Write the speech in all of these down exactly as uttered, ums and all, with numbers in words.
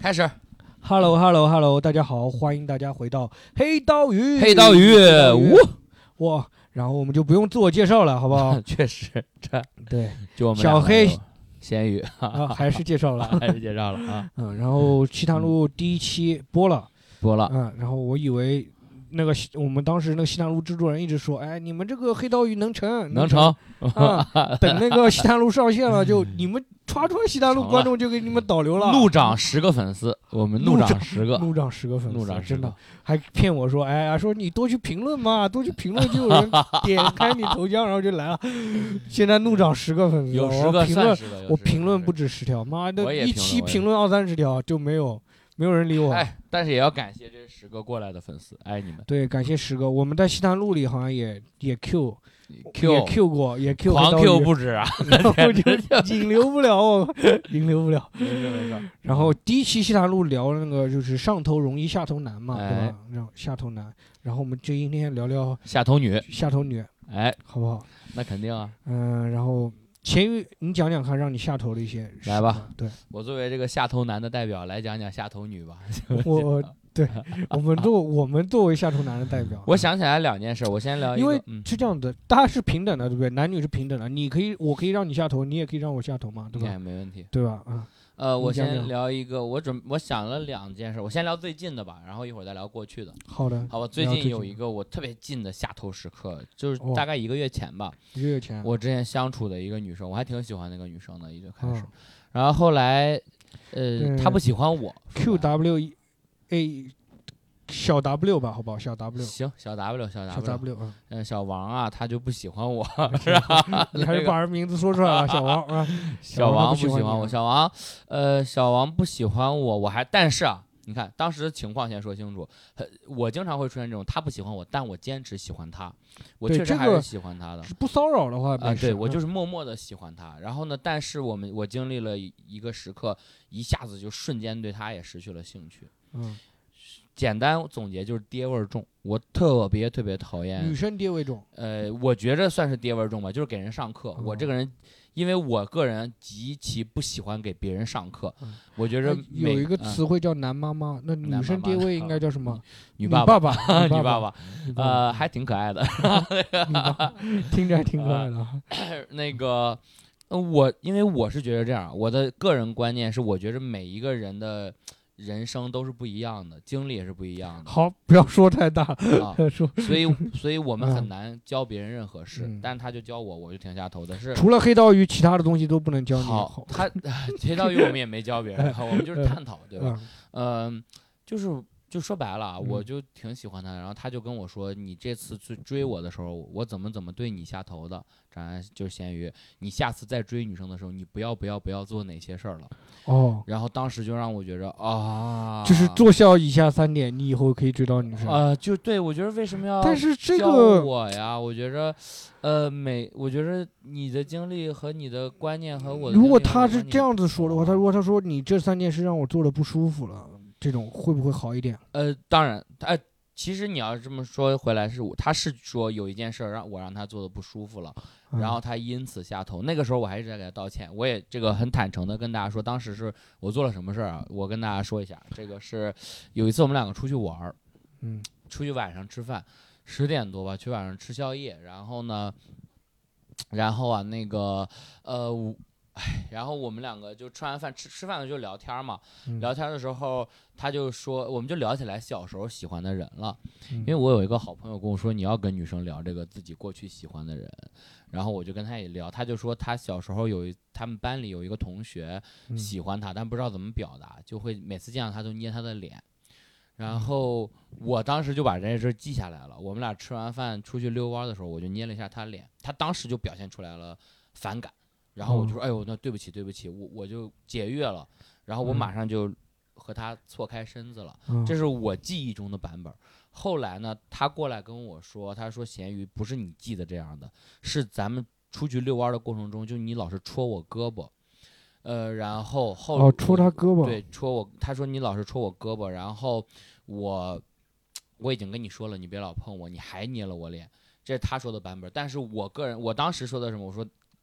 开始。 Hello Hello Hello， 大家好，欢迎大家回到黑刀鱼。 黑刀鱼， 呜哇！然后我们就不用自我介绍了，好不好？ 确实，这对， 就我们小黑咸鱼啊，还是介绍了， 还是介绍了啊。 嗯，然后西塘路第一期播了， 播了， 嗯，然后我以为。那个我们当时那个西塘路制作人一直说，哎，你们这个黑刀鱼能成， 能成啊！等那个西塘路上线了，就你们歘歘西塘路观众就给你们导流了， 怒涨十个粉丝，我们怒涨十个， 怒涨十个粉丝， 怒涨真的还骗我说，哎呀，说你多去评论嘛，多去评论就有人点开你头像，然后就来了。现在怒涨十个粉丝， 有十个评论，我评论不止十条，妈的，一期评论二三十条就没有。没有人理我， 哎，但是也要感谢这十个过来的粉丝，爱你们。 对，感谢十个，我们在西塘路里好像也也 Q Q 也 Q 过，也 Q 狂 Q 不止啊， 然后就引流不了我，引流不了。 没事没事。 然后第一期西塘路聊那个就是上头容易下头难嘛， 哎、 对吧？然后下头难，然后我们就今天聊聊下头女， 下头女， 哎， 好不好？ 那肯定啊。 嗯，然后。咸鱼，你讲讲看，让你下头的一些来吧。 对， 我作为这个下头男的代表，来讲讲下头女吧。 我，对，我们作我们作为下头男的代表， 我想起来两件事，我先聊一个。 因为是这样的，大家是平等的，对不对？男女是平等的，你可以，我可以让你下头，你也可以让我下头嘛，对吧？ 哎，没问题， 对吧？啊。 呃，我先聊一个，我准我想了两件事，我先聊最近的吧，然后一会儿再聊过去的。 好的， 好吧。最近有一个我特别近的下头时刻，就是大概一个月前吧。 一个月前， 我之前相处的一个女生，我还挺喜欢那个女生的，一直开始，然后后来，呃，她不喜欢我。 Q W A 小 W 吧，好不好？小 W 行，小 W 小 W 小 W 啊， 嗯，小王啊，他就不喜欢我，是吧？ 你还是把人名字说出来了，小王啊， 小王不喜欢我，小王，呃，小王不喜欢我，我还但是啊，你看当时的情况先说清楚，我经常会出现这种他不喜欢我，但我坚持喜欢他，我确实还是喜欢他的， 不骚扰的话啊，对我就是默默的喜欢他，然后呢，但是我们我经历了一个时刻，一下子就瞬间对他也失去了兴趣， 嗯。 简单总结就是爹味重，我特别特别讨厌女生爹味重。 呃，我觉着算是爹味重吧，就是给人上课。 嗯、 我这个人，因为我个人极其不喜欢给别人上课。嗯、我觉着有一个词汇叫男妈妈，嗯、那女生爹味应该叫什么？ 女爸爸爸， 女爸爸，呃，还挺可爱的， 听着还挺可爱的。 呃、那个，我因为我是觉得这样，我的个人观念是，我觉着每一个人的。人生都是不一样的，经历也是不一样的。 好，不要说太大啊，所以，所以我们很难教别人任何事， 嗯、 但是他就教我，我就挺下头的。是除了黑刀鱼，其他的东西都不能教你。 好，他黑刀鱼我们也没教别人，我们就是探讨，对吧？嗯、呃，就是。就说白了，我就挺喜欢他，然后他就跟我说：“你这次去追我的时候，我怎么怎么对你下头的？咱就是咸鱼，你下次再追女生的时候，你不要不要不要做哪些事儿了。” 哦， 然后当时就让我觉着啊， 就是做效以下三点，你以后可以追到女生。 呃，就对我觉得为什么要？ 但是这个我呀，我觉着，呃，每我觉着你的经历和你的观念和我的， 如果他是这样子说的话，他如果他说你这三件事让我做的不舒服了。这种会不会好一点？ 呃，当然，哎、呃，其实你要这么说回来是，我他是说有一件事让我让他做的不舒服了， 嗯、 然后他因此下头。那个时候我还一直在给他道歉，我也这个很坦诚的跟大家说，当时是我做了什么事儿啊？我跟大家说一下，这个是有一次我们两个出去玩儿， 嗯， 出去晚上吃饭，十点多吧，去晚上吃宵夜，然后呢，然后啊那个呃。哎，然后我们两个就吃完饭吃吃饭的就聊天嘛、嗯，聊天的时候他就说，我们就聊起来小时候喜欢的人了、嗯，因为我有一个好朋友跟我说，你要跟女生聊这个自己过去喜欢的人，然后我就跟他也聊，他就说他小时候有一他们班里有一个同学喜欢他，嗯、但不知道怎么表达，就会每次见到他都捏他的脸，然后我当时就把这件事记下来了，我们俩吃完饭出去遛弯的时候，我就捏了一下他脸，他当时就表现出来了反感。然后我就说，哎呦，那对不起，对不起，我我就解约了。然后我马上就和他错开身子了， 嗯、 这是我记忆中的版本。后来呢，他过来跟我说，他说咸鱼不是你记得这样的，是咱们出去遛弯的过程中，就你老是戳我胳膊，呃，然后后哦戳他胳膊， 对，戳我，他说你老是戳我胳膊，然后我我已经跟你说了，你别老碰我，你还捏了我脸。这是他说的版本，但是我个人，我当时说的什么？我说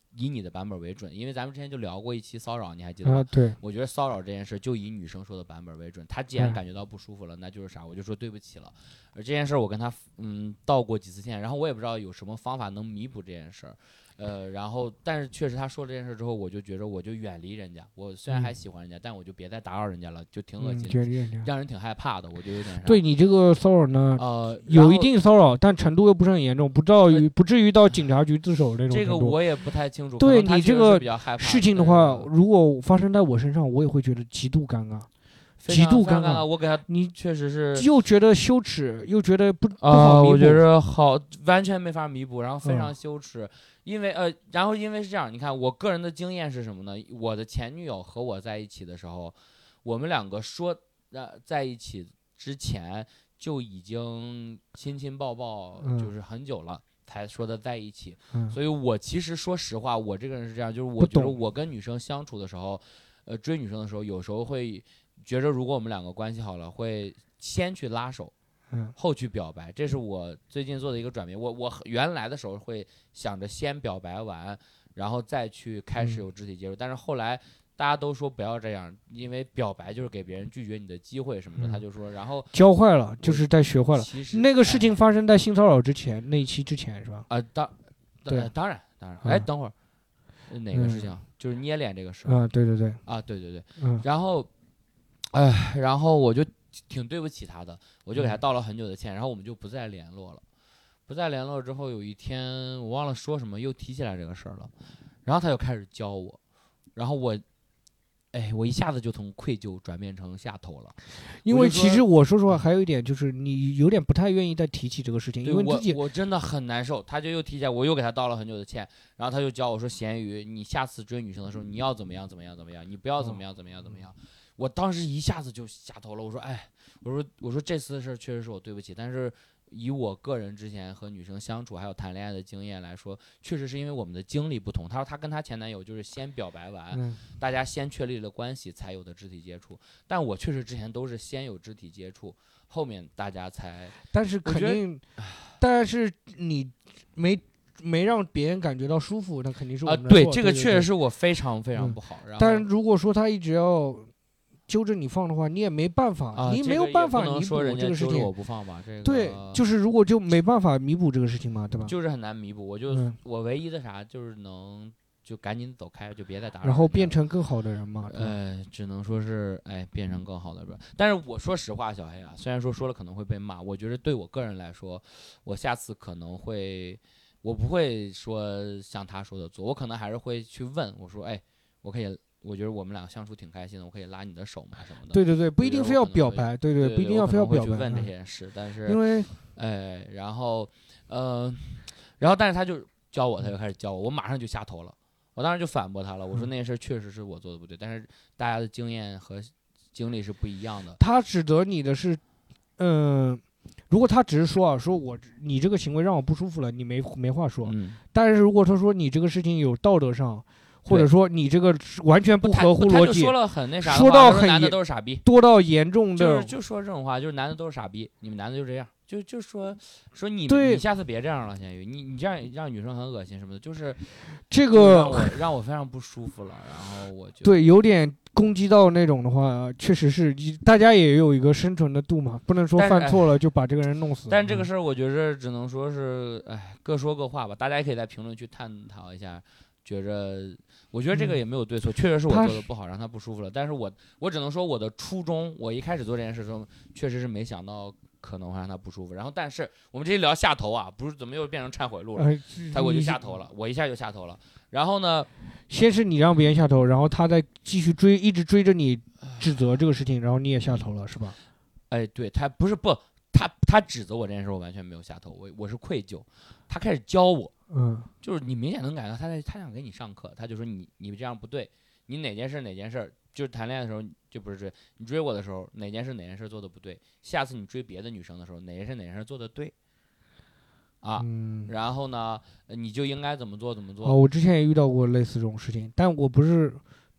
以你的版本为准，因为咱们之前就聊过一期骚扰，你还记得吗？ 啊，对， 我觉得骚扰这件事就以女生说的版本为准，她既然嗯感觉到不舒服了，那就是啥，我就说对不起了。而这件事我跟她嗯道过几次歉，然后我也不知道有什么方法能弥补这件事儿。呃，然后但是确实他说这件事之后，我就觉得我就远离人家。我虽然还喜欢人家，但我就别再打扰人家了，就挺恶心的， 嗯远离人家让人挺害怕的。我就有点啥对你这个骚扰呢， 呃有一定骚扰，但程度又不是很严重，不到于呃不至于到警察局自首那种这程度。 个我也不太清楚。 对可能他确实你这个是比较害怕事情的话，如果发生在我身上，我也会觉得极度尴尬，极度尴尬。 我给他， 你确实是又觉得羞耻，又觉得不不啊、 好弥补。 我觉得好完全没法弥补，然后非常嗯羞耻。因为呃，然后因为是这样，你看我个人的经验是什么呢？我的前女友和我在一起的时候，我们两个说呃在一起之前就已经亲亲抱抱， 嗯就是很久了。才说的在一起， 嗯所以我其实说实话，我这个人是这样，就是我不觉得懂我跟女生相处的时候，呃，追女生的时候，有时候会觉着如果我们两个关系好了，会先去拉手， 嗯后去表白，这是我最近做的一个转变。我我原来的时候会想着先表白完，然后再去开始有肢体接触，但是后来大家都说不要这样，因为表白就是给别人拒绝你的机会什么的。 嗯他就说，然后教坏了，就是在学坏了。 其实那个事哎情发生在性骚扰之前那一期之前是吧？ 啊、当对呃当然当然， 嗯哎，等会儿呃哪个嗯事情？就是捏脸这个事啊，对对对， 啊，对对对， 嗯然后，哎，然后我就挺对不起他的，我就给他嗯道了很久的歉，然后我们就不再联络了。不再联络之后，有一天我忘了说什么，又提起来这个事儿了，然后他就开始教我，然后我，哎，我一下子就从愧疚转变成下头了。 因为我就说其实我说实话，还有一点就是你有点不太愿意再提起这个事情， 对我因为自己我真的很难受，他就又提起来，我又给他道了很久的歉，然后他就教我说：“咸鱼，你下次追女生的时候，你要怎么样怎么样怎么样，你不要怎么样怎么样怎么样。”我当时一下子就下头了，我说：“哎，我说我说这次的事确实是我对不起，但是以我个人之前和女生相处还有谈恋爱的经验来说，确实是因为我们的经历不同。他说他跟他前男友就是先表白完， 嗯大家先确立了关系才有的肢体接触，但我确实之前都是先有肢体接触，后面大家才。” 但是我觉得肯定，但是你没没让别人感觉到舒服，那肯定是我啊， 们的对， 错这个对对确实是我非常非常嗯不好。然后， 但如果说他一直要揪着你放的话，你也没办法， 啊， 你没有这个也不办法弥补能说人这个事家揪着我情。 不放吧，这个对，就是如果就没办法弥补这个事情嘛，对吧？ 就是很难弥补。我就、 嗯， 我唯一的啥就是能就赶紧走开，就别再打扰人家了。 然后变成更好的人嘛。对吧呃，只能说是哎，变成更好的人。但是我说实话，小黑啊，虽然说说了可能会被骂，我觉得对我个人来说，我下次可能会，我不会说像他说的做，我可能还是会去问我说，哎，我可以，我觉得我们俩相处挺开心的，我可以拉你的手嘛什么的。 对对对，不一我觉得定非要我可能会表白，对对不一定要非要表白。 我可能会去问这嗯件事，但是因为哎，然后，呃，然后但是他就教我，他就开始教我，我马上就下头了。我当时就反驳他了，我说嗯那件事确实是我做的不对，但是大家的经验和经历是不一样的。 他指责你的是，嗯、如果他只是说啊，说我你这个行为让我不舒服了，你没没话说。 嗯， 但是如果他说你这个事情有道德上，或者对说你这个完全不他合乎逻辑他就说，了很那啥的说话他男的到很严都是傻逼， 多到严重的， 就是就说这种话，就是男的都是傻逼，你们男的就这样，就就说说你对你下次别这样了，咸鱼，你你这样让女生很恶心什么的，就是这就让个我让我非常不舒服了。然后我就对有点攻击到那种的话，确实是大家也有一个生存的度嘛，不能说但是犯错了就把这个人弄死。嗯但这个事儿，我觉着只能说是，哎，各说各话吧。大家也可以在评论区探讨一下，觉着，我觉得这个嗯也没有对错，确实是我他做的不好，让他不舒服了。但是我我只能说我的初衷，我一开始做这件事的时候，确实是没想到可能会让他不舒服。然后，但是我们这一聊下头啊，不是怎么又变成忏悔录了？ 呃他我就你下头了，我一下就下头了。然后呢， 先是你让别人下头，然后他再继续追，一直追着你指责这个事情，然后你也下头了，是吧？ 哎，对他不是不，他他指责我这件事，我完全没有下头，我我是愧疚。他开始教我。 嗯就是你明显能感觉到他在他想给你上课，他就说你你这样不对，你哪件事哪件事，就是谈恋爱的时候就不是追你追我的时候哪件事哪件事做的不对，下次你追别的女生的时候哪件事哪件事做的对，啊， 嗯。 然后呢呃你就应该怎么做怎么做。 哦，我之前也遇到过类似这种事情，但我不是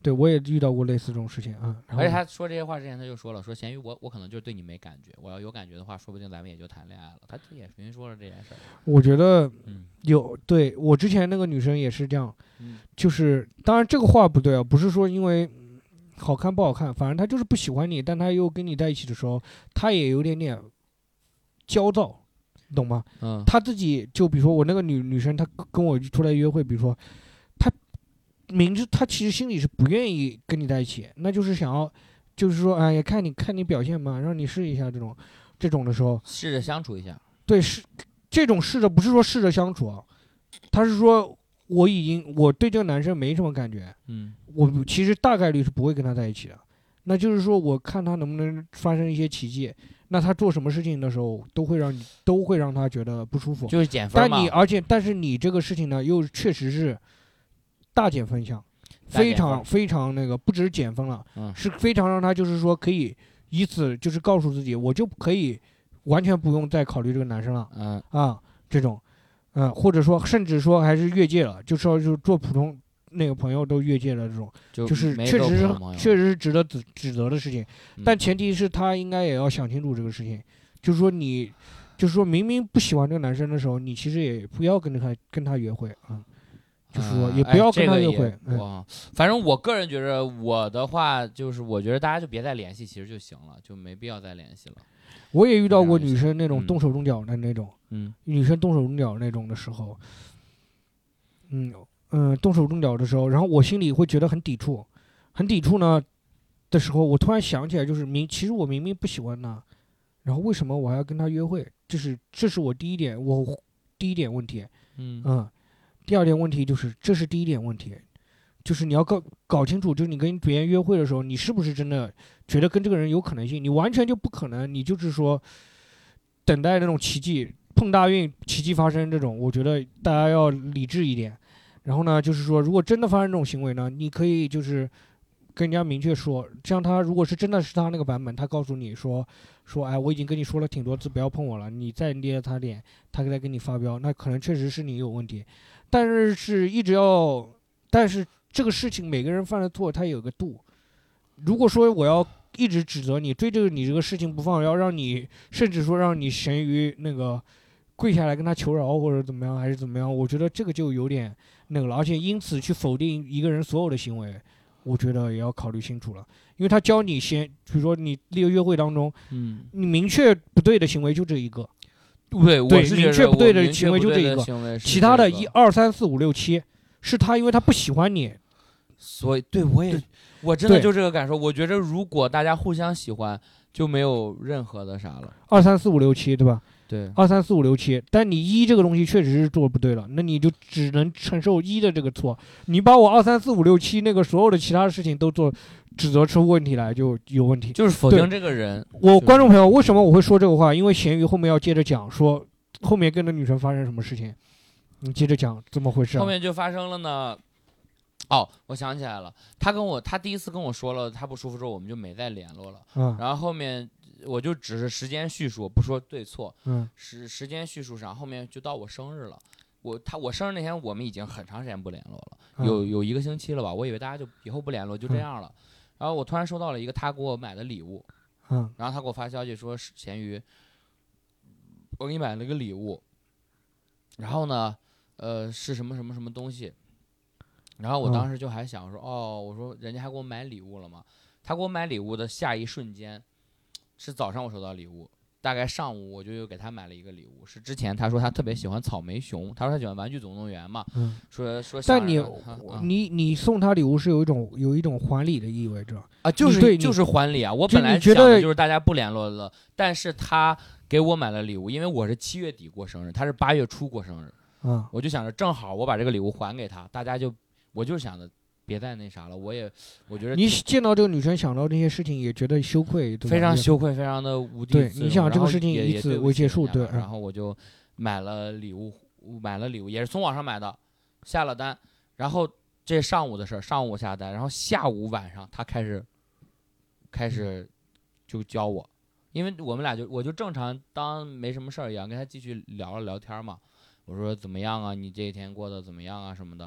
对我也遇到过类似这种事情啊。然后而且他说这些话之前，他就说了，说咸鱼我我可能就是对你没感觉，我要有感觉的话，说不定咱们也就谈恋爱了。他也明明说了这件事儿。 我觉得嗯有，对我之前那个女生也是这样， 嗯就是当然这个话不对啊，不是说因为好看不好看，反正她就是不喜欢你，但她又跟你在一起的时候，她也有点点焦躁，懂吗？ 嗯， 她自己就比如说我那个女女生，她跟我出来约会，比如说她明知她其实心里是不愿意跟你在一起，那就是想要，就是说哎呀看你看你表现嘛，让你试一下这种这种的时候， 试着相处一下。 对，是这种试着不是说试着相处啊，他是说我已经我对这个男生没什么感觉， 嗯我其实大概率是不会跟他在一起的。那就是说，我看他能不能发生一些奇迹。那他做什么事情的时候，都会让你都会让他觉得不舒服。 就是减分嘛。 但你而且但是你这个事情呢，又确实是大减分项，非常非常那个，不只是减分了， 嗯， 是非常让他就是说可以以此就是告诉自己，我就可以完全不用再考虑这个男生了。 嗯啊，这种，嗯、呃，或者说甚至说还是越界了，就说就做普通那个朋友都越界了，这种就就是没确实是做普通朋友确实是值得指指责的事情， 嗯但前提是他应该也要想清楚这个事情，就是说你，就是说明明不喜欢这个男生的时候，你其实也不要跟着他跟他约会啊。就是说啊也不要跟他哎这个约会也嗯我反正我个人觉得，我的话就是，我觉得大家就别再联系，其实就行了，就没必要再联系了。 我也遇到过这样就行女生那种嗯动手动脚的那种， 嗯女生动手动脚那种的时候，嗯嗯，动手动脚的时候，然后我心里会觉得很抵触，很抵触呢的时候，我突然想起来，就是明其实我明明不喜欢他，然后为什么我还要跟他约会？这是这是我第一点，我第一点问题， 嗯嗯，第二点问题就是这是第一点问题，就是你要搞搞清楚，就是你跟别人约会的时候，你是不是真的觉得跟这个人有可能性？你完全就不可能，你就是说等待那种奇迹碰大运，奇迹发生这种，我觉得大家要理智一点。然后呢，就是说如果真的发生这种行为呢，你可以就是跟人家明确说，这样他如果是真的是他那个版本，他告诉你说说，哎，我已经跟你说了挺多次不要碰我了，你再捏他脸，他再跟你发飙，那可能确实是你有问题。但是是一直要，但是这个事情每个人犯的错他有个度。如果说我要一直指责你，追着你这个事情不放，要让你甚至说让你咸鱼那个跪下来跟他求饶或者怎么样，还是怎么样，我觉得这个就有点那个了，而且因此去否定一个人所有的行为，我觉得也要考虑清楚了。因为他教你先，比如说你这个约会当中， 嗯， 你明确不对的行为就这一个， 对，我对是觉明确不对的得我明确行为就不对这一个行为是其他的这个一二三四五六七，是他因为他不喜欢你， 所以对我也对我真的对就这个感受。我觉得如果大家互相喜欢，就没有任何的啥了。 二三四五六七，对吧？ 对， 二三四五六七，但你一这个东西确实是做不对了，那你就只能承受一的这个错。你把我二三四五六七那个所有的其他的事情都做，指责出问题来就有问题。 就是否定这个人。 我观众朋友，为什么我会说这个话？因为咸鱼后面要接着讲，说后面跟那女生发生什么事情，你接着讲怎么回事、啊？ 后面就发生了呢。哦，我想起来了，他跟我他第一次跟我说了他不舒服之后，我们就没再联络了。 嗯然后后面我就只是时间叙述，不说对错， 嗯时时间叙述上，后面就到我生日了。我他我生日那天，我们已经很长时间不联络了， 嗯有有一个星期了吧。我以为大家就以后不联络就这样了。然后我突然收到了一个他给我买的礼物， 嗯然后他给我发消息说：“咸鱼，我给你买了个礼物。然后呢，呃，是什么什么什么东西？”然后我当时就还想说：“哦，我说人家还给我买礼物了吗？”他给我买礼物的下一瞬间，是早上我收到礼物，大概上午我就又给他买了一个礼物。是之前他说他特别喜欢草莓熊，他说他喜欢玩具总动员嘛， 嗯。 说说想但你、 让他啊你你送他礼物是有一种有一种还礼的意味着。 啊，就你对你是就是还礼啊！我就本来你觉得想的就是大家不联络了，但是他给我买了礼物，因为我是七月底过生日，他是八月初过生日， 啊， 我就想着正好我把这个礼物还给他，大家就我就是想着别再那啥了，我也我觉得你见到这个女生想到这些事情也觉得羞愧，对吧？ 非常也羞愧，非常的无地对自容。 你想这个然后事情以此也也对不为结束起人家对嗯吧然后我就买了礼物，买了礼物也是从网上买的，下了单，然后这上午的事儿，上午下单，然后下午晚上他开始开始就教我，因为我们俩就我就正常当没什么事儿一样跟他继续聊了聊天嘛，我说怎么样啊，你这一天过得怎么样啊什么的，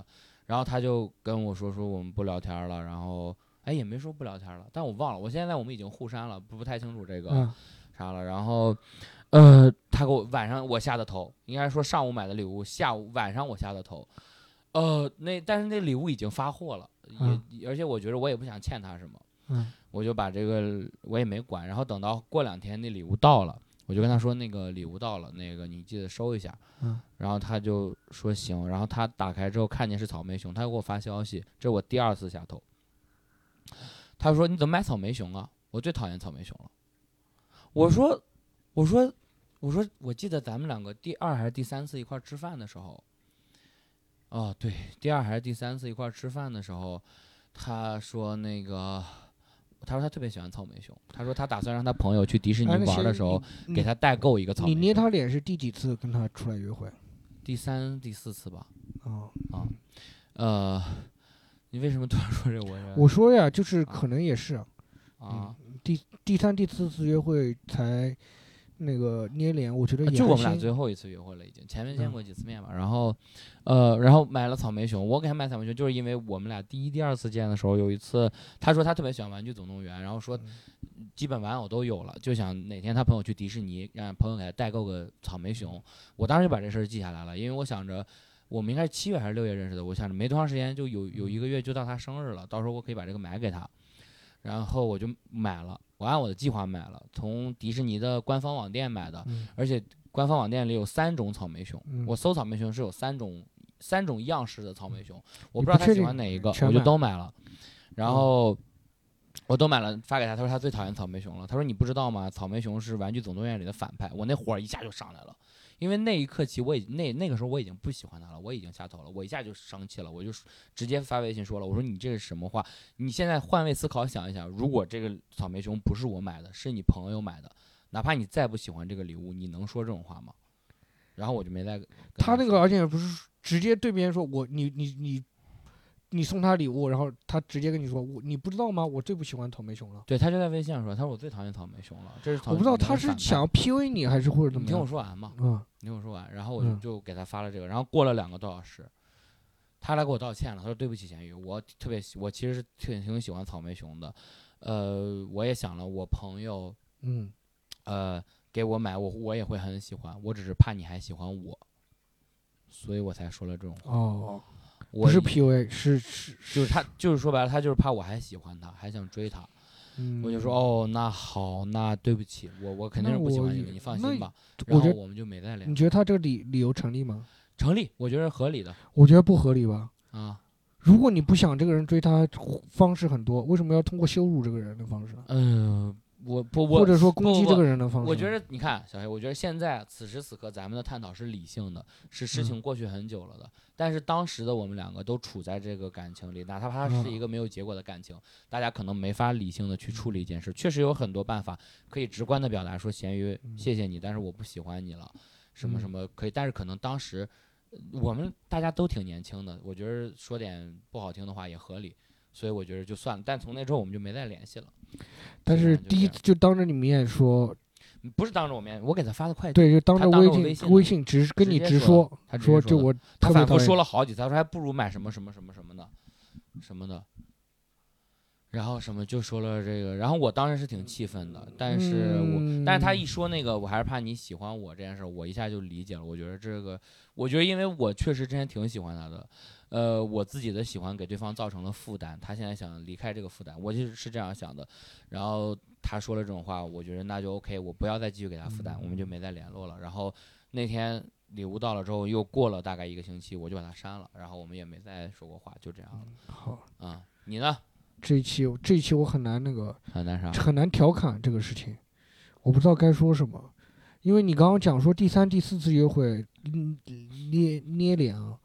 然后他就跟我说说我们不聊天了，然后哎也没说不聊天了，但我忘了，我现在我们已经互删了，不不太清楚这个。 嗯啥了，然后，呃，他给我晚上我下的头，应该说上午买的礼物，下午晚上我下的头，呃，那但是那礼物已经发货了， 嗯也而且我觉得我也不想欠他什么， 嗯我就把这个我也没管，然后等到过两天那礼物到了，我就跟他说那个礼物到了，那个你记得收一下， 嗯然后他就说行，然后他打开之后看见是草莓熊，他又给我发消息，这是我第二次下头，他说你怎么买草莓熊啊？我最讨厌草莓熊了。我说，我说，我说，我记得咱们两个第二还是第三次一块吃饭的时候，哦，对，第二还是第三次一块吃饭的时候，他说那个，他说他特别喜欢草莓熊，他说他打算让他朋友去迪士尼玩的时候，给他代购一个草莓熊。 你捏他脸是第几次跟他出来约会？ 第三、第四次吧。 哦啊，呃，你为什么突然说这个？我我说呀，就是可能也是啊。 嗯第第三、第四次约会才那个捏脸，我觉得也就我们俩最后一次约会了，已经前面见过几次面嘛。嗯、然后，呃，然后买了草莓熊。我给他买草莓熊，就是因为我们俩第一、第二次见的时候，有一次他说他特别喜欢《玩具总动员》，然后说基本玩偶都有了，就想哪天他朋友去迪士尼，让朋友给他代购个草莓熊。我当时就把这事儿记下来了，因为我想着我们应该是七月还是六月认识的，我想着没多长时间就有有一个月就到他生日了，到时候我可以把这个买给他。然后我就买了，我按我的计划买了，从迪士尼的官方网店买的， 嗯、 而且官方网店里有三种草莓熊， 嗯、 我搜草莓熊是有三种三种样式的草莓熊，我不知道他喜欢哪一个，我就都买了，然后、嗯、我都买了发给他，他说他最讨厌草莓熊了，他说你不知道吗？草莓熊是《玩具总动员》里的反派，我那火一下就上来了。因为那一刻起，我已那那个时候我已经不喜欢他了，我已经下头了，我一下就生气了，我就直接发微信说了，我说你这是什么话？你现在换位思考想一想，如果这个草莓熊不是我买的，是你朋友买的，哪怕你再不喜欢这个礼物，你能说这种话吗？然后我就没再他那个，而且不是直接对别人说我你你你。你送他礼物，然后他直接跟你说：“我你不知道吗？我最不喜欢草莓熊了。” 对，他就在微信上说：“他说我最讨厌草莓熊了。”这是草莓熊。 我不知道他是想要 P U A 你还是或者怎么样。 你听我说完嘛。 嗯。 你听我说完，然后我就就给他发了这个，然后过了两个多小时，他来给我道歉了。他说：“对不起，咸鱼，我特别我其实是挺挺喜欢草莓熊的，呃，我也想了，我朋友嗯呃给我买，我我也会很喜欢，我只是怕你还喜欢我，所以我才说了这种话。” 哦。不是 P U A， 是是就是他，就是说白了，他就是怕我还喜欢他，还想追他。 嗯、 我就说哦，那好，那对不起，我我肯定是不喜欢你的，你放心吧。 然后我们就没再联。 你觉得他这个理理由成立吗？ 成立，我觉得合理的。 我觉得不合理吧。 啊， 如果你不想这个人追他，方式很多，为什么要通过羞辱这个人的方式？ 嗯、呃，我不我或者说攻击这个人的方式。 我觉得你看，小黑，我觉得现在此时此刻咱们的探讨是理性的，是事情过去很久了的。嗯，但是当时的我们两个都处在这个感情里，哪怕它是一个没有结果的感情，嗯，大家可能没法理性的去处理一件事。确实有很多办法可以直观的表达说，咸鱼，谢谢你，但是我不喜欢你了，什么什么可以。但是可能当时我们大家都挺年轻的，我觉得说点不好听的话也合理，所以我觉得就算了。但从那之后我们就没再联系了。 但是第一次就当着你面说。 不是当着我面，我给他发的快递。 对，就当着微信， 微信微信直跟你直说， 他说就我他反复说了好几次，他说还不如买什么什么什么什么的，什么的，然后什么就说了这个，然后我当时是挺气愤的，但是我、嗯、但是他一说那个，我还是怕你喜欢我这件事，我一下就理解了。我觉得这个，我觉得因为我确实之前挺喜欢他的，呃，我自己的喜欢给对方造成了负担，他现在想离开这个负担，我就是这样想的，然后。他说了这种话，我觉得那就 OK， 我不要再继续给他负担，我们就没再联络了。然后那天礼物到了之后，又过了大概一个星期，我就把他删了，然后我们也没再说过话，就这样了。 嗯、好啊、嗯，你呢？ 这一期这一期我很难那个很难啥？ 很难调侃这个事情，我不知道该说什么，因为你刚刚讲说第三、第四次约会，嗯、捏捏脸啊，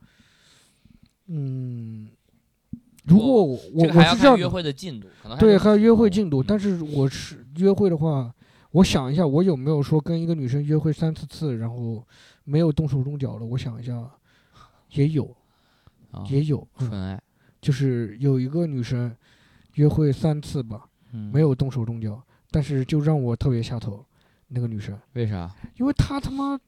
嗯。如果我我这个还要我是这样约会的进度，可能对还有约会进度，但是我是约会的话，我想一下，我有没有说跟一个女生约会三次次，然后没有动手动脚的？我想一下，也有， 哦、 也有纯爱、嗯， 就是有一个女生约会三次吧， 嗯、 没有动手动脚，但是就让我特别下头。那个女生为啥？ 因为她他妈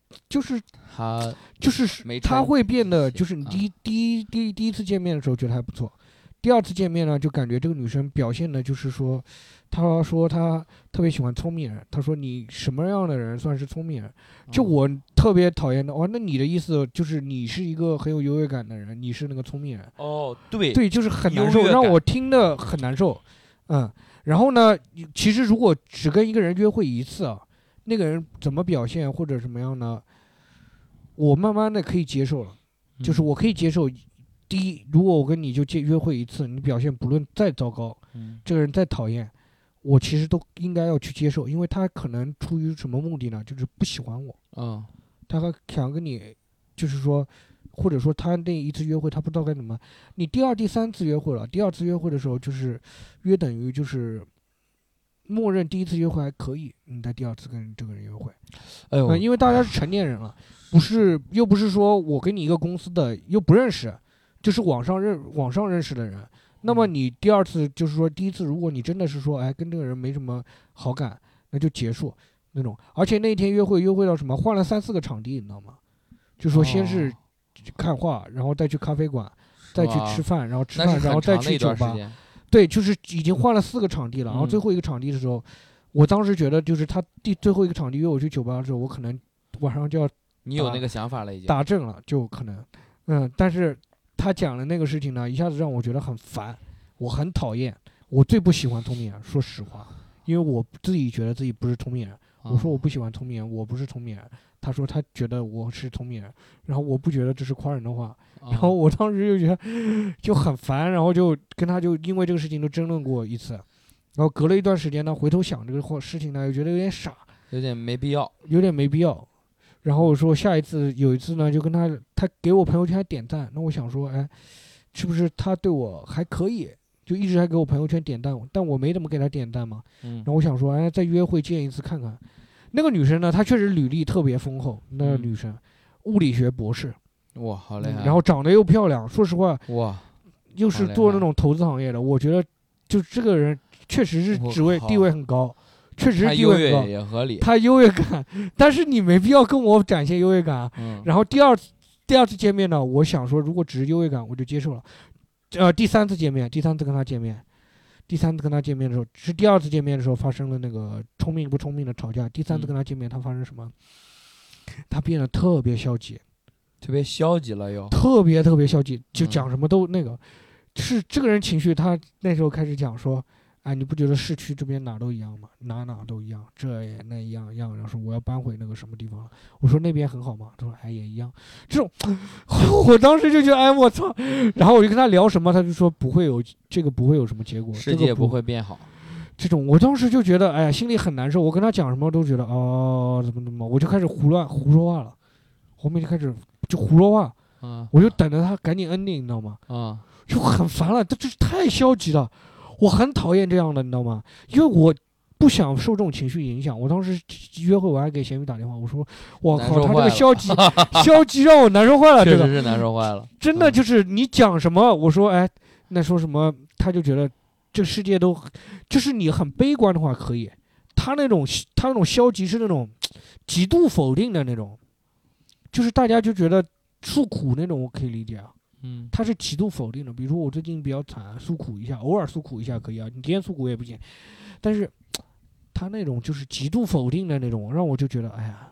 就是他就是没他会变得，就是你啊第一、第一第一第一次见面的时候觉得还不错，第二次见面呢就感觉这个女生表现的就是说，她说她特别喜欢聪明人，她说你什么样的人算是聪明人？就我特别讨厌的哦，那你的意思就是你是一个很有优越感的人，你是那个聪明人？ 哦，对对，就是很难受， 优越感让我听的很难受。嗯，然后呢，其实如果只跟一个人约会一次啊，那个人怎么表现或者什么样呢？我慢慢的可以接受了，就是我可以接受。第一，如果我跟你就见约会一次，你表现不论再糟糕， 嗯这个人再讨厌，我其实都应该要去接受，因为他可能出于什么目的呢？就是不喜欢我， 嗯他还想跟你，就是说，或者说他那一次约会他不知道该怎么，你第二、第三次约会了，第二次约会的时候就是约等于就是默认第一次约会还可以，你在第二次跟这个人约会， 哎呦、 嗯，因为大家是成年人了，不是又不是说我跟你一个公司的又不认识，就是网上认网上认识的人，那么你第二次就是说第一次，如果你真的是说哎跟这个人没什么好感，那就结束那种。而且那天约会约会到什么，换了三四个场地，你知道吗？就说先是看画，然后再去咖啡馆，再去吃饭，然后吃饭，然后再去酒吧。对，就是已经换了四个场地了。然后最后一个场地的时候，我当时觉得就是他第最后一个场地约我去酒吧的时候，我可能晚上就要你有那个想法了已经打正了，就可能嗯，但是他讲的那个事情呢，一下子让我觉得很烦，我很讨厌，我最不喜欢聪明人，说实话，因为我自己觉得自己不是聪明人，我说我不喜欢聪明人，我不是聪明人，他说他觉得我是聪明人，然后我不觉得这是夸人的话，然后我当时就觉得就很烦，然后就跟他就因为这个事情都争论过一次，然后隔了一段时间呢，回头想这个事情呢，又觉得有点傻， 有点没必要， 有点没必要。然后我说下一次有一次呢，就跟他，他给我朋友圈点赞，那我想说，哎，是不是他对我还可以，就一直还给我朋友圈点赞，但我没怎么给他点赞嘛。 嗯。 然后我想说，哎，再约会见一次看看。那个女生呢，她确实履历特别丰厚，那个女生，嗯、物理学博士， 哇，好厉害！ 然后长得又漂亮，说实话， 哇， 又是做那种投资行业的，我觉得就这个人确实是职位地位很高。确实地位高， 也合理。 他优越感，但是你没必要跟我展现优越感啊。 嗯、 然后第二次第二次见面呢，我想说，如果只是优越感，我就接受了。呃，第三次见面，第三次跟他见面，第三次跟他见面的时候，是第二次见面的时候发生了那个聪明不聪明的吵架。第三次跟他见面，他发生什么？他变得特别消极， 特别消极了又， 特别特别消极，就讲什么都那个，嗯、是这个人情绪。他那时候开始讲说。哎，你不觉得市区这边哪都一样吗？哪哪都一样，这也那一样一样。然后说我要搬回那个什么地方了。我说那边很好吗？他说哎也一样。这种，我当时就觉得哎我操。然后我就跟他聊什么，他就说不会有这个不会有什么结果， 世界不会变好。 这种我当时就觉得哎呀心里很难受。我跟他讲什么都觉得哦怎么怎么，我就开始胡乱胡说话了。后面就开始就胡说话， 嗯， 我就等着他赶紧 ending，你知道吗？ 嗯， 就很烦了，这这太消极了。我很讨厌这样的，你知道吗？因为我不想受这种情绪影响。我当时约会，我还给咸鱼打电话，我说：“我靠，他这个消极，消极让我难受坏了。” 确实是难受坏了。 真的就是你讲什么，我说哎，那说什么，他就觉得这个世界都，就是你很悲观的话可以，他那种他那种消极是那种极度否定的那种，就是大家就觉得诉苦那种，我可以理解啊。 嗯， 他是极度否定的，比如说我最近比较惨，诉苦一下，偶尔诉苦一下可以啊，你天天诉苦也不行。但是他那种就是极度否定的那种，让我就觉得哎呀，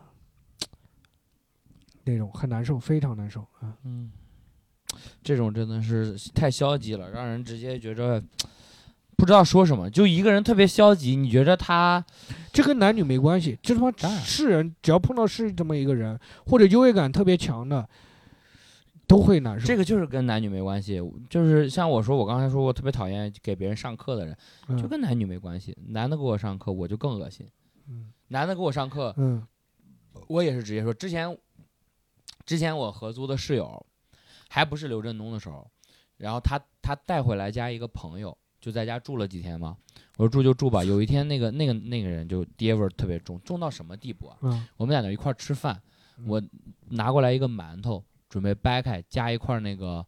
那种很难受，非常难受啊。 嗯，这种真的是太消极了，让人直接觉着不知道说什么。就一个人特别消极，你觉着他这跟男女没关系，这他妈是人，只要碰到是这么一个人，或者优越感特别强的。都会难受， 这个就是跟男女没关系，就是像我说，我刚才说我特别讨厌给别人上课的人， 嗯、 就跟男女没关系。男的给我上课，我就更恶心。 嗯， 男的给我上课， 嗯， 我也是直接说。之前，之前我合租的室友，还不是刘振东的时候，然后他他带回来家一个朋友，就在家住了几天嘛。我说住就住吧。有一天那个那个那个人就爹味儿特别重，重到什么地步啊？ 嗯、 我们在那一块吃饭，我拿过来一个馒头。准备掰开加一块那个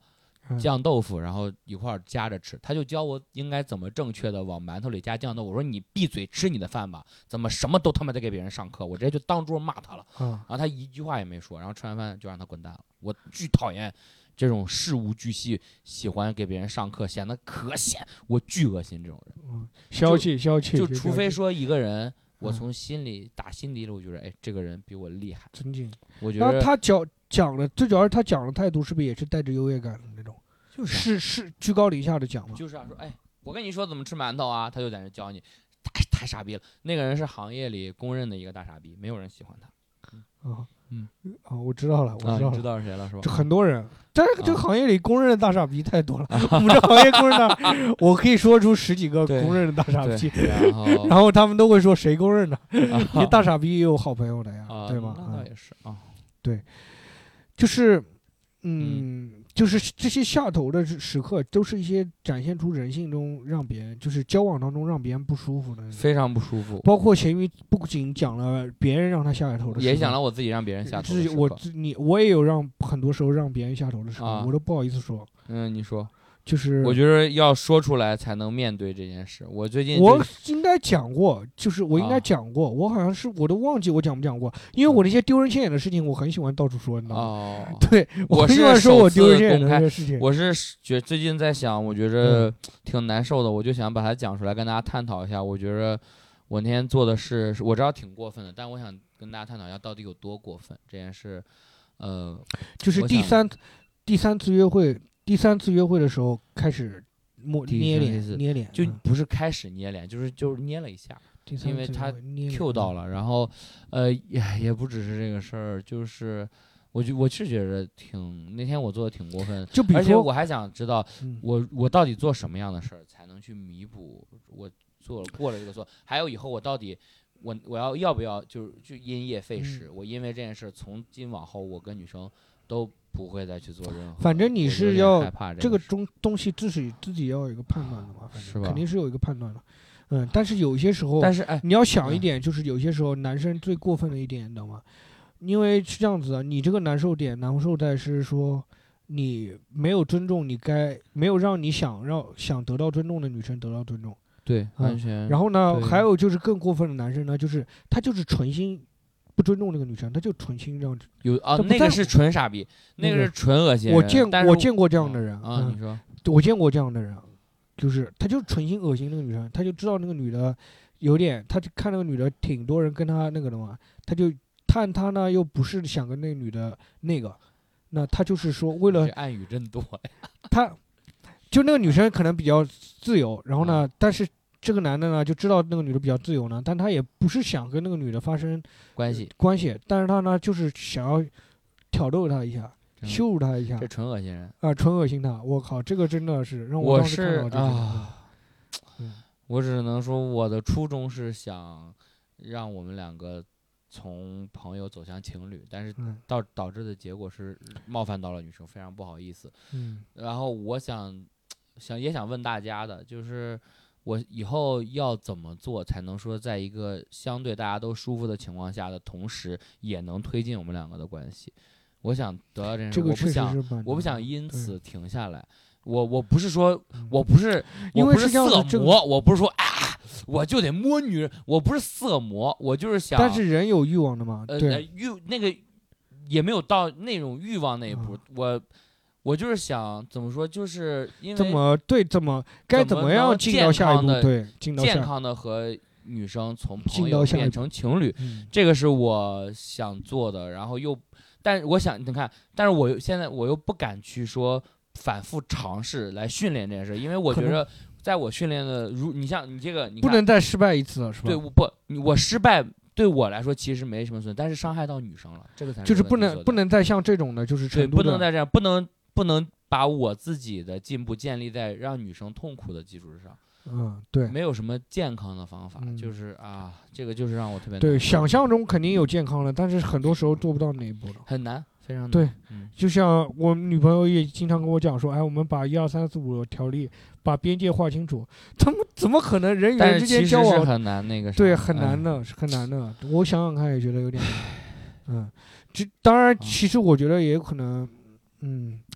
酱豆腐，然后一块儿夹着吃。他就教我应该怎么正确的往馒头里加酱豆腐。我说你闭嘴吃你的饭吧，怎么什么都他妈得给别人上课？我直接就当桌骂他了。 嗯， 然后他一句话也没说，然后吃完饭就让他滚蛋了。我巨讨厌这种事无巨细，喜欢给别人上课，显得可显，我巨恶心这种人。 嗯，消气消气， 就除非说一个人。我从心里打心底里，我觉得，哎，这个人比我厉害， 尊敬。 我觉得他讲讲的，最主要是他讲的态度，是不是也是带着优越感的那种？ 就是是是居高临下的讲嘛？ 就是啊，说，哎，我跟你说怎么吃馒头啊，他就在那教你，太太傻逼了。那个人是行业里公认的一个大傻逼，没有人喜欢他。 啊， 嗯啊，我知道了，我知道了， 啊、知道是谁了是吧？ 这很多人，但是这个行业里公认的大傻逼太多了。啊、我们这行业公认的，我可以说出十几个公认的大傻逼， 然后然后他们都会说谁公认的？你、啊、大傻逼也有好朋友的呀， 啊、 对吗？ 那倒也是啊， 对，就是，嗯。嗯就是这些下头的时刻，都是一些展现出人性中让别人，就是交往当中让别人不舒服的， 非常不舒服。 包括咸鱼不仅讲了别人让他下头的时候， 也讲了我自己让别人下头的时候。 我你我也有让很多时候让别人下头的时候，啊、我都不好意思说。 嗯，你说。 就是我觉得要说出来才能面对这件事。我最近我应该讲过，就是我应该讲过，啊、我好像是我都忘记我讲不讲过，因为我那些丢人现眼的事情，我很喜欢到处说，你知道吗？ 哦， 对， 我喜欢说我丢人现眼的那些事情。 我是觉最近在想，我觉着挺难受的，嗯、我就想把它讲出来，跟大家探讨一下。我觉着我那天做的事，我知道挺过分的，但我想跟大家探讨一下到底有多过分这件事。呃， 就是第三第三次约会。第三次约会的时候开始摸捏脸，捏脸就不是开始捏脸，就是就是捏了一下，因为他 Q 到了，然后呃也也不只是这个事儿，就是我就我是觉得挺那天我做的挺过分， 就比如而且我还想知道嗯、 我我到底做什么样的事儿才能去弥补我做了过了这个错，还有以后我到底我我要要不要就是就因噎废食、嗯，我因为这件事从今往后我跟女生都。不会再去做任何。 反正你是要这, 这个东东西自己自己要有一个判断的嘛，反正肯定是有一个判断的。嗯，但是有些时候， 但是哎， 你要想一点，就是有些时候男生最过分的一点，你知道吗？因为是这样子的，你这个难受点，难受在是说你没有尊重，你该没有让你想让想得到尊重的女生得到尊重。 对，完全、 嗯。然后呢，还有就是更过分的男生呢，就是他就是存心。不尊重那个女生，他就存心让有啊，那个是纯傻逼，那个是纯恶心人。 我见我见过这样的人啊， 嗯、 你说， 我见过这样的人，就是他就存心恶心那个女生，他就知道那个女的有点，他就看那个女的挺多人跟他那个的嘛，他就看他呢又不是想跟那个女的那个，那他就是说为了暗语真多呀， 他就那个女生可能比较自由，然后呢，嗯、但是。这个男的呢就知道那个女的比较自由呢，但他也不是想跟那个女的发生关系关系，但是他呢就是想要挑逗她一下，羞辱她一下， 这纯恶心人啊，纯恶心他！我靠，这个真的是让我当时看到这个啊、嗯，我只能说我的初衷是想让我们两个从朋友走向情侣，但是导导致的结果是冒犯到了女生，非常不好意思。 嗯， 然后我想想也想问大家的就是。我以后要怎么做才能说在一个相对大家都舒服的情况下的同时，也能推进我们两个的关系？我想得到这件事， 这个我不想，我不想因此停下来。我我不是说，我不是， 因为我不是色这魔，我不是说啊，我就得摸女人，我不是色魔，我就是想。 但是人有欲望的嘛，对， 呃，欲那个也没有到那种欲望那一步，嗯、我。我就是想怎么说，就是因为怎么对怎么该怎么样进到下一步，对，进到健康的和女生从朋友变成情侣，这个是我想做的。然后又，但我想你看，但是我现在我又不敢去说反复尝试来训练这件事，因为我觉得在我训练的，如你像你这个，你不能再失败一次了，是吧？ 对，我不，我失败。对我来说其实没什么损，但是伤害到女生了，这个才是就是不能不能再像这种的，就是对，不能再这样，不能不能把我自己的进步建立在让女生痛苦的基础上。 嗯，对， 没有什么健康的方法，嗯、就是啊，这个就是让我特别对。想象中肯定有健康的，但是很多时候做不到那一步了， 很难，非常难。 对， 嗯、 就像我女朋友也经常跟我讲说，哎，我们把一二三四五条例把边界划清楚，怎么怎么可能人与人之间交往很难那个？ 对，很难的，是、嗯、很难的。我想想看，也觉得有点难。嗯，这当然，其实我觉得也有可能，嗯。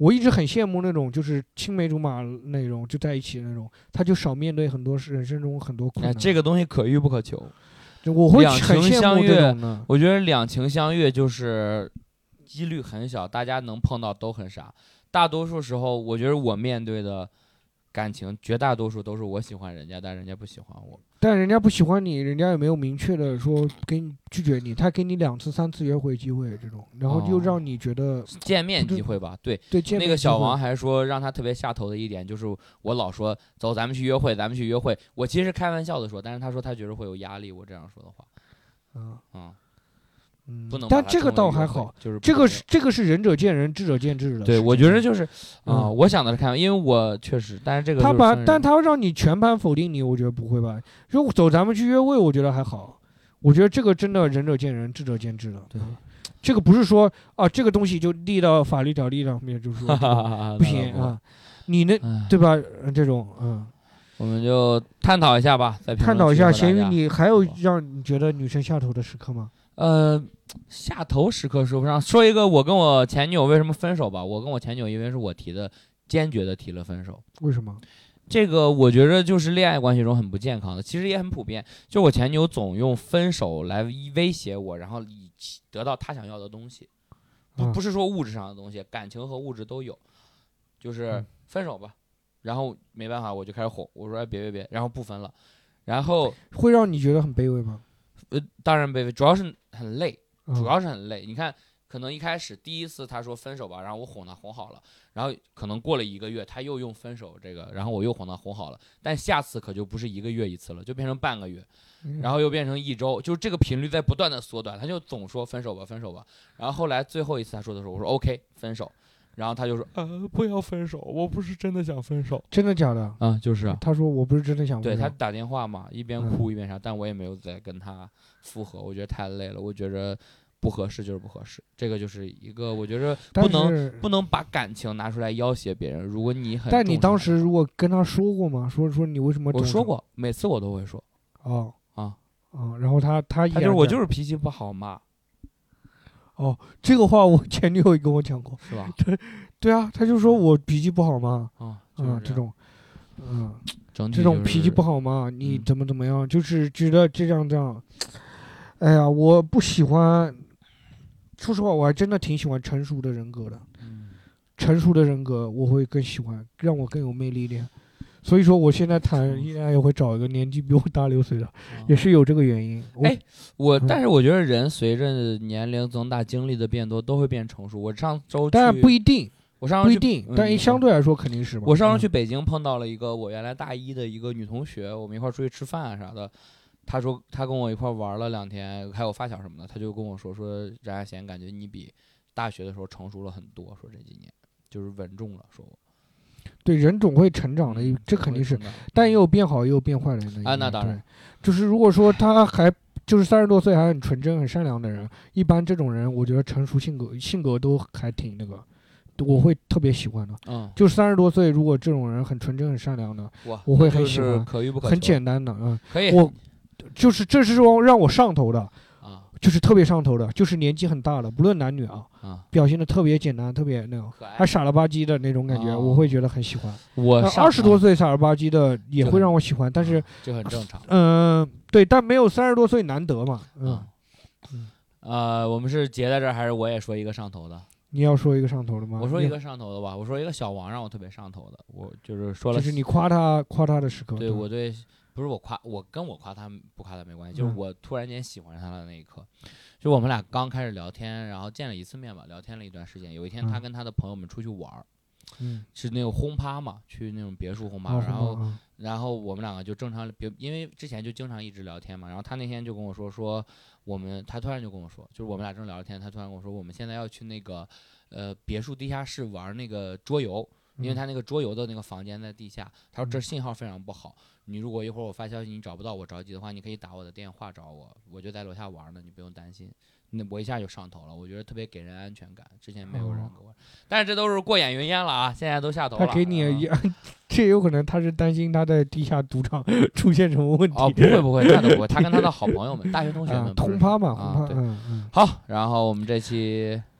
我一直很羡慕那种就是青梅竹马那种就在一起的那种，他就少面对很多人生中很多困难。 哎，这个东西可遇不可求。 我会两很羡慕情相悦这种的。 我觉得两情相悦就是几率很小，大家能碰到都很傻。大多数时候，我觉得我面对的感情，绝大多数都是我喜欢人家，但人家不喜欢我。 但人家不喜欢你，人家也没有明确的说给你拒绝你，他给你两次、三次约会机会这种，然后又让你觉得、 哦、见面机会吧？对对，见面那个小王还说让他特别下头的一点就是我老说走，咱们去约会，咱们去约会。我其实开玩笑的说，但是他说他觉得会有压力。我这样说的话， 嗯嗯。 嗯， 不能， 但这个倒还好， 就是这个是这个是仁者见仁，智者见智的。 对，我觉得就是啊、 嗯呃，我想的是看，因为我确实，但是这个他把，但他让你全盘否定你，我觉得不会吧？就走，咱们去约会，我觉得还好。我觉得这个真的仁者见仁，智者见智的。 对， 这个不是说啊，这个东西就立到法律条例上面，就是说不行啊，你那对吧？这种嗯。 我们就探讨一下吧，再探讨一下。咸鱼，你还有让你觉得女生下头的时刻吗？ 呃，下头时刻说不上。说一个我跟我前女友为什么分手吧。我跟我前女友因为是我提的，坚决的提了分手。 为什么？ 这个我觉得就是恋爱关系中很不健康的，其实也很普遍。就我前女友总用分手来威胁我，然后以得到她想要的东西，不不是说物质上的东西，感情和物质都有。就是分手吧，然后没办法我就开始哄，我说哎别别别，然后不分了，然后会让你觉得很卑微吗？ 呃，当然卑微，主要是很累， 嗯、 主要是很累。你看，可能一开始第一次他说分手吧，然后我哄他哄好了，然后可能过了一个月，他又用分手这个，然后我又哄他哄好了，但下次可就不是一个月一次了，就变成半个月，然后又变成一周，就是这个频率在不断的缩短，他就总说分手吧，分手吧。然后后来最后一次他说的时候，我说 OK 分手。然后他就说：“呃，不要分手，我不是真的想分手。” 真的假的？ 啊，就是啊。 他说：“我不是真的想分手。” 对他打电话嘛，一边哭一边啥，嗯、但我也没有再跟他复合，我觉得太累了，我觉得不合适就是不合适。这个就是一个，我觉得不能不能把感情拿出来要挟别人。如果你很， 但你当时如果跟他说过吗？说说你为什么？ 我说过，每次我都会说。 哦啊啊，然后他他他就是我就是脾气不好嘛。 哦，这个话我前女友也跟我讲过， 是吧？ 对，对啊，他就说我脾气不好嘛， 啊， 嗯，这种，嗯， 整体这种脾气不好嘛，你怎么怎么样，就是觉得这样这样，哎呀，我不喜欢，说实话，我还真的挺喜欢成熟的人格的， 嗯， 成熟的人格我会更喜欢，让我更有魅力一点。所以说，我现在谈恋爱也会找一个年纪比我大六岁的， 嗯、 也是有这个原因。 哎，我、嗯、但是我觉得人随着年龄增大，经历的变多，都会变成熟。我上周去， 但不一定， 我上不一定， 嗯、 但相对来说肯定是吧。 我上周去北京碰到了一个我原来大一的一个女同学，我们一块出去吃饭啊啥的。她说她跟我一块玩了两天，还有发小什么的，她就跟我说说冉亚贤，感觉你比大学的时候成熟了很多，说这几年就是稳重了，说我。 对，人总会成长的， 嗯、 这肯定是，但也有变好，也有变坏的人。 啊，那当然， 就是如果说他还就是三十多岁还很纯真、很善良的人，一般这种人，我觉得成熟性格性格都还挺那个，我会特别喜欢的。 嗯， 就三十多岁，如果这种人很纯真、很善良的，我会很喜欢。 可遇不可求。 很简单的，嗯， 可以。 我就是这是说让我上头的。 啊， 就是特别上头的，就是年纪很大的，不论男女啊， 啊表现的特别简单，特别那种，还傻了吧唧的那种感觉， 哦、 我会觉得很喜欢。 我二十多岁傻了吧唧的也会让我喜欢，但是这很正常。 嗯、呃，对，但没有三十多岁难得嘛。嗯嗯，呃，我们是结在这儿，还是我也说一个上头的？ 你要说一个上头的吗？ 我说一个上头的吧，我说一个小王让我特别上头的，我就是说了， 就是你夸他夸他的时刻。 对，我对。不是我夸我跟我夸他不夸他没关系，就是我突然间喜欢上他的那一刻，嗯、就我们俩刚开始聊天，然后见了一次面吧，聊天了一段时间。有一天他跟他的朋友们出去玩， 嗯， 是那个轰趴嘛，去那种别墅轰趴， 哦、 然后、 哦、 然后我们两个就正常，因为之前就经常一直聊天嘛，然后他那天就跟我说说我们，他突然就跟我说，就是我们俩正聊着天，他突然跟我说我们现在要去那个呃别墅地下室玩那个桌游。因为他那个桌游的那个房间在地下，他说这信号非常不好。你如果一会儿我发消息你找不到我着急的话，你可以打我的电话找我，我就在楼下玩呢，你不用担心。那我一下就上头了，我觉得特别给人安全感。之前没有人给我，哦、但是这都是过眼云烟了啊，现在都下头了。 他给你也，嗯、这有可能他是担心他在地下赌场出现什么问题。 哦，不会不会，那都不会。他跟他的好朋友们、大学同学们、 啊、通趴嘛， 啊，对， 嗯嗯。 好，然后我们这期。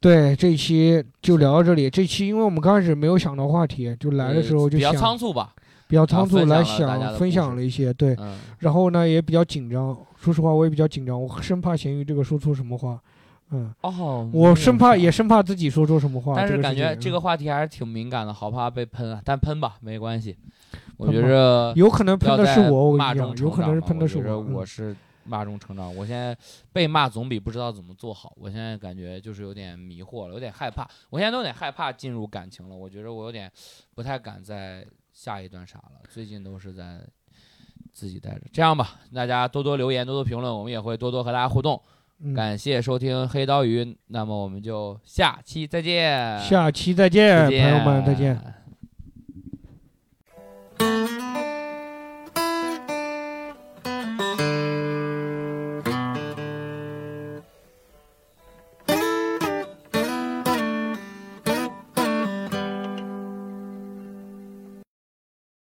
对，这一期就聊到这里。这期因为我们刚开始没有想到话题，就来的时候就比较想仓促吧， 比较仓促来然后想分分享了大家的故事享了一些，对， 嗯， 然后呢也比较紧张。说实话，我也比较紧张，我生怕咸鱼这个说错什么话。嗯， 哦， 我生怕没有也生怕自己说错什么话。 但是这个事情感觉这个话题还是挺敏感的，好怕被喷啊。但喷吧，没关系。我喷吧觉着有可能喷的是我，我骂跟你讲，有中成长嘛。 可能是喷的是我觉着我。嗯我是骂中成长。我现在被骂总比不知道怎么做好。我现在感觉就是有点迷惑了，有点害怕。我现在都有点害怕进入感情了。我觉着我有点不太敢再下一段啥了。最近都是在自己待着。这样吧，大家多多留言，多多评论，我们也会多多和大家互动。 嗯感谢收听黑刀鱼，那么我们就下期再见。 下期再见， 再见朋友们，再见。